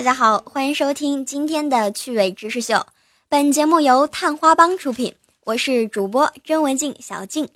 家好，欢迎收听今天的趣味知识秀。本节目由探花帮出品，我是主播甄文静小静。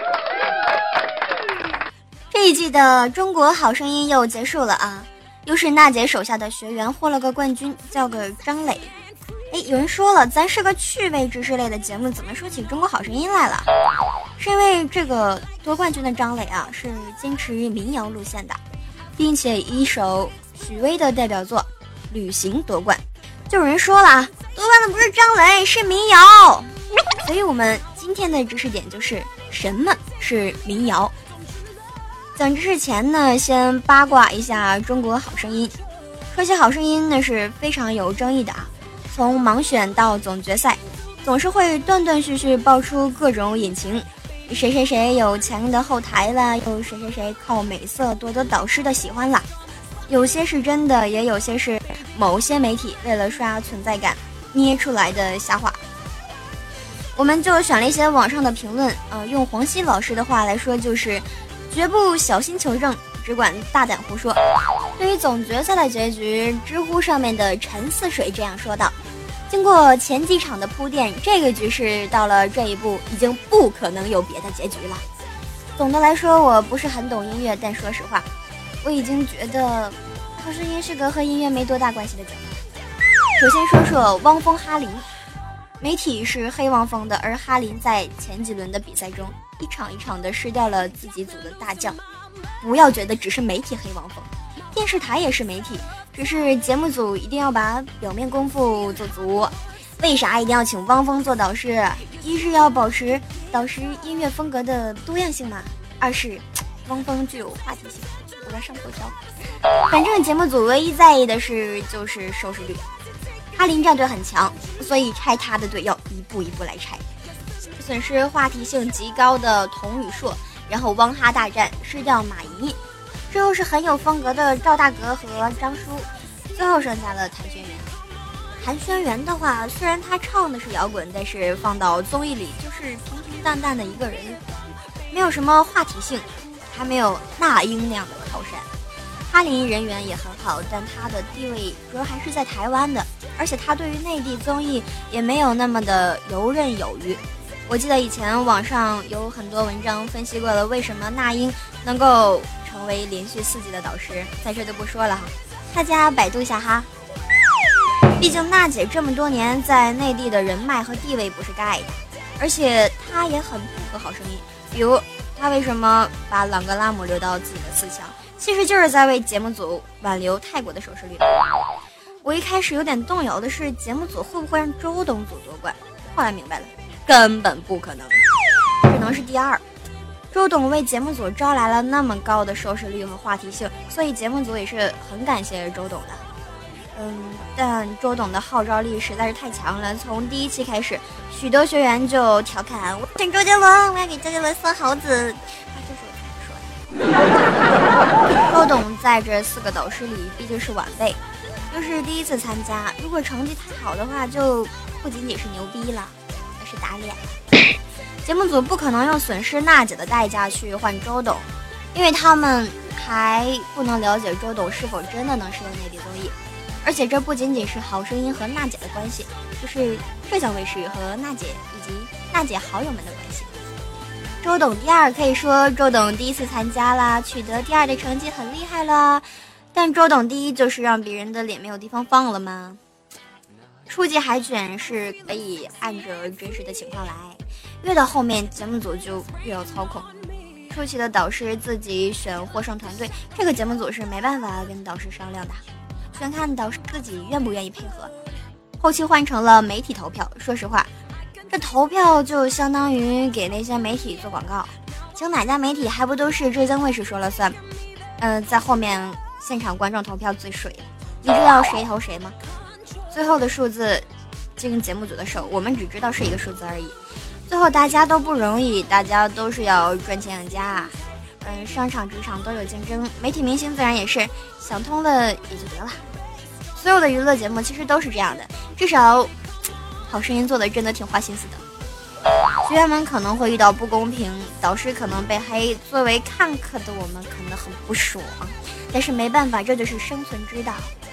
这一季的中国好声音又结束了啊，又是娜姐手下的学员获了个冠军，叫个张磊。有人说了，咱是个趣味知识类的节目，怎么说起中国好声音来了？是因为这个夺冠军的张磊啊，是坚持民谣路线的，并且一首许巍的代表作《旅行》夺冠。就有人说了，夺冠的不是张磊，是民谣。所以我们今天的知识点就是什么是民谣。讲知识前呢，先八卦一下中国好声音。说起好声音呢，是非常有争议的啊。从盲选到总决赛，总是会断断续续爆出各种隐情，谁谁谁有强硬的后台啦，又谁谁谁靠美色夺得导师的喜欢啦。有些是真的，也有些是某些媒体为了刷存在感捏出来的瞎话。我们就选了一些网上的评论，用黄西老师的话来说，就是绝不小心求证，只管大胆胡说。对于总决赛的结局，知乎上面的陈似水这样说道：经过前几场的铺垫，这个局势到了这一步，已经不可能有别的结局了。总的来说，我不是很懂音乐，但说实话，我已经觉得好声音是个和音乐没多大关系的节目。首先说说汪峰哈林，媒体是黑汪峰的，而哈林在前几轮的比赛中一场一场的失掉了自己组的大将。不要觉得只是媒体黑汪峰，电视台也是媒体，只是节目组一定要把表面功夫做足。为啥一定要请汪峰做导师？一是要保持导师音乐风格的多样性嘛，二是汪峰具有话题性，我在上头条。反正节目组唯一在意的就是收视率。哈林战队很强，所以拆他的队要一步一步来拆。损失话题性极高的童宇硕，然后汪哈大战失掉马莹莹，之后是很有风格的赵大哥和张舒，最后剩下了谭轩元。谭轩元的话，虽然他唱的是摇滚，但是放到综艺里就是平平淡淡的一个人，没有什么话题性，还没有那英那样的靠山。哈林人缘也很好，但他的地位主要还是在台湾的，而且他对于内地综艺也没有那么的游刃有余。我记得以前网上有很多文章分析过了为什么那英能够成为连续4季的导师，在这就不说了哈，大家百度一下哈。毕竟娜姐这么多年在内地的人脉和地位不是盖的，而且她也很配合好声音。比如她为什么把朗格拉姆留到自己的4强，其实就是在为节目组挽留泰国的收视率。我一开始有点动摇的是节目组会不会让周董组夺冠，后来明白了，根本不可能，只能是第2。周董为节目组招来了那么高的收视率和话题性，所以节目组也是很感谢周董的。但周董的号召力实在是太强了，从第1期开始，许多学员就调侃我选周杰伦，我要给周杰伦送猴子。这是我说的。周董在这4个导师里毕竟是晚辈，又是第1次参加，如果成绩太好的话，就不仅仅是牛逼了，而是打脸了。节目组不可能用损失娜姐的代价去换周董，因为他们还不能了解周董是否真的能适应内地综艺。而且这不仅仅是好声音和娜姐的关系，就是浙江卫视和娜姐以及娜姐好友们的关系。周董第2，可以说周董第1次参加啦，取得第2的成绩很厉害啦。但周董第1就是让别人的脸没有地方放了吗？初级海选是可以按着真实的情况来，越到后面节目组就越要操控。初期的导师自己选获胜团队，这个节目组是没办法跟导师商量的，全看导师自己愿不愿意配合。后期换成了媒体投票，说实话，这投票就相当于给那些媒体做广告，请哪家媒体还不都是浙江卫视说了算。在后面现场观众投票最水了，你知道谁投谁吗？最后的数字经节目组的手，我们只知道是一个数字而已。最后大家都不容易，大家都是要赚钱养家。商场职场都有竞争，媒体明星自然也是，想通了也就得了。所有的娱乐节目其实都是这样的，至少好声音做的真的挺花心思的。学员们可能会遇到不公平，导师可能被黑，作为看客的我们可能很不爽，但是没办法，这就是生存之道。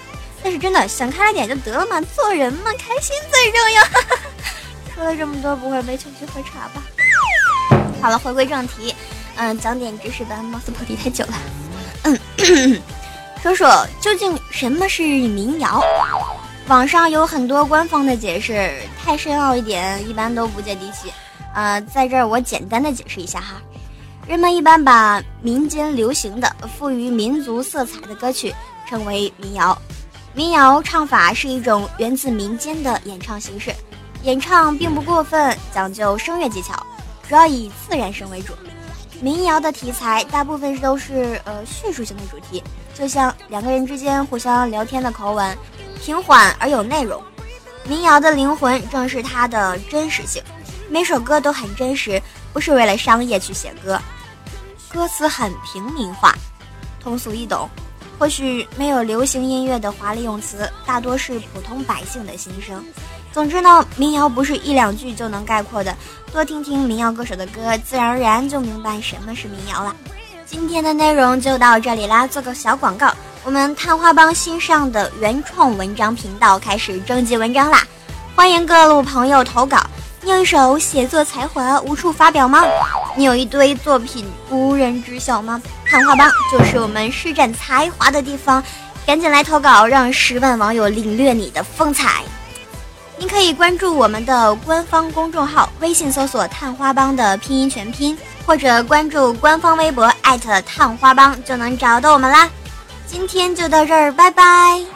但是真的想开了点就得了嘛，做人嘛，开心最重要。说了这么多，不会没情绪喝茶吧？好了，回归正题，讲点知识吧，貌似破题太久了。说说究竟什么是民谣？网上有很多官方的解释，太深奥一点，一般都不接地气。在这儿我简单的解释一下哈。人们一般把民间流行的、富于民族色彩的歌曲称为民谣。民谣唱法是一种源自民间的演唱形式，演唱并不过分，讲究声乐技巧，主要以自然声为主。民谣的题材大部分都是叙述性的主题，就像两个人之间互相聊天的口吻，平缓而有内容。民谣的灵魂正是它的真实性，每首歌都很真实，不是为了商业去写歌，歌词很平民化，通俗易懂，或许没有流行音乐的华丽用词，大多是普通百姓的心声。总之呢，民谣不是一两句就能概括的，多听听民谣歌手的歌，自然而然就明白什么是民谣了。今天的内容就到这里啦，做个小广告，我们探花帮新上的原创文章频道开始征集文章啦，欢迎各路朋友投稿。你有一手写作才华无处发表吗？你有一堆作品无人知晓吗？探花帮就是我们施展才华的地方，赶紧来投稿，让10万网友领略你的风采。您可以关注我们的官方公众号，微信搜索探花帮的拼音全拼，或者关注官方微博探花帮就能找到我们啦。今天就到这儿，拜拜。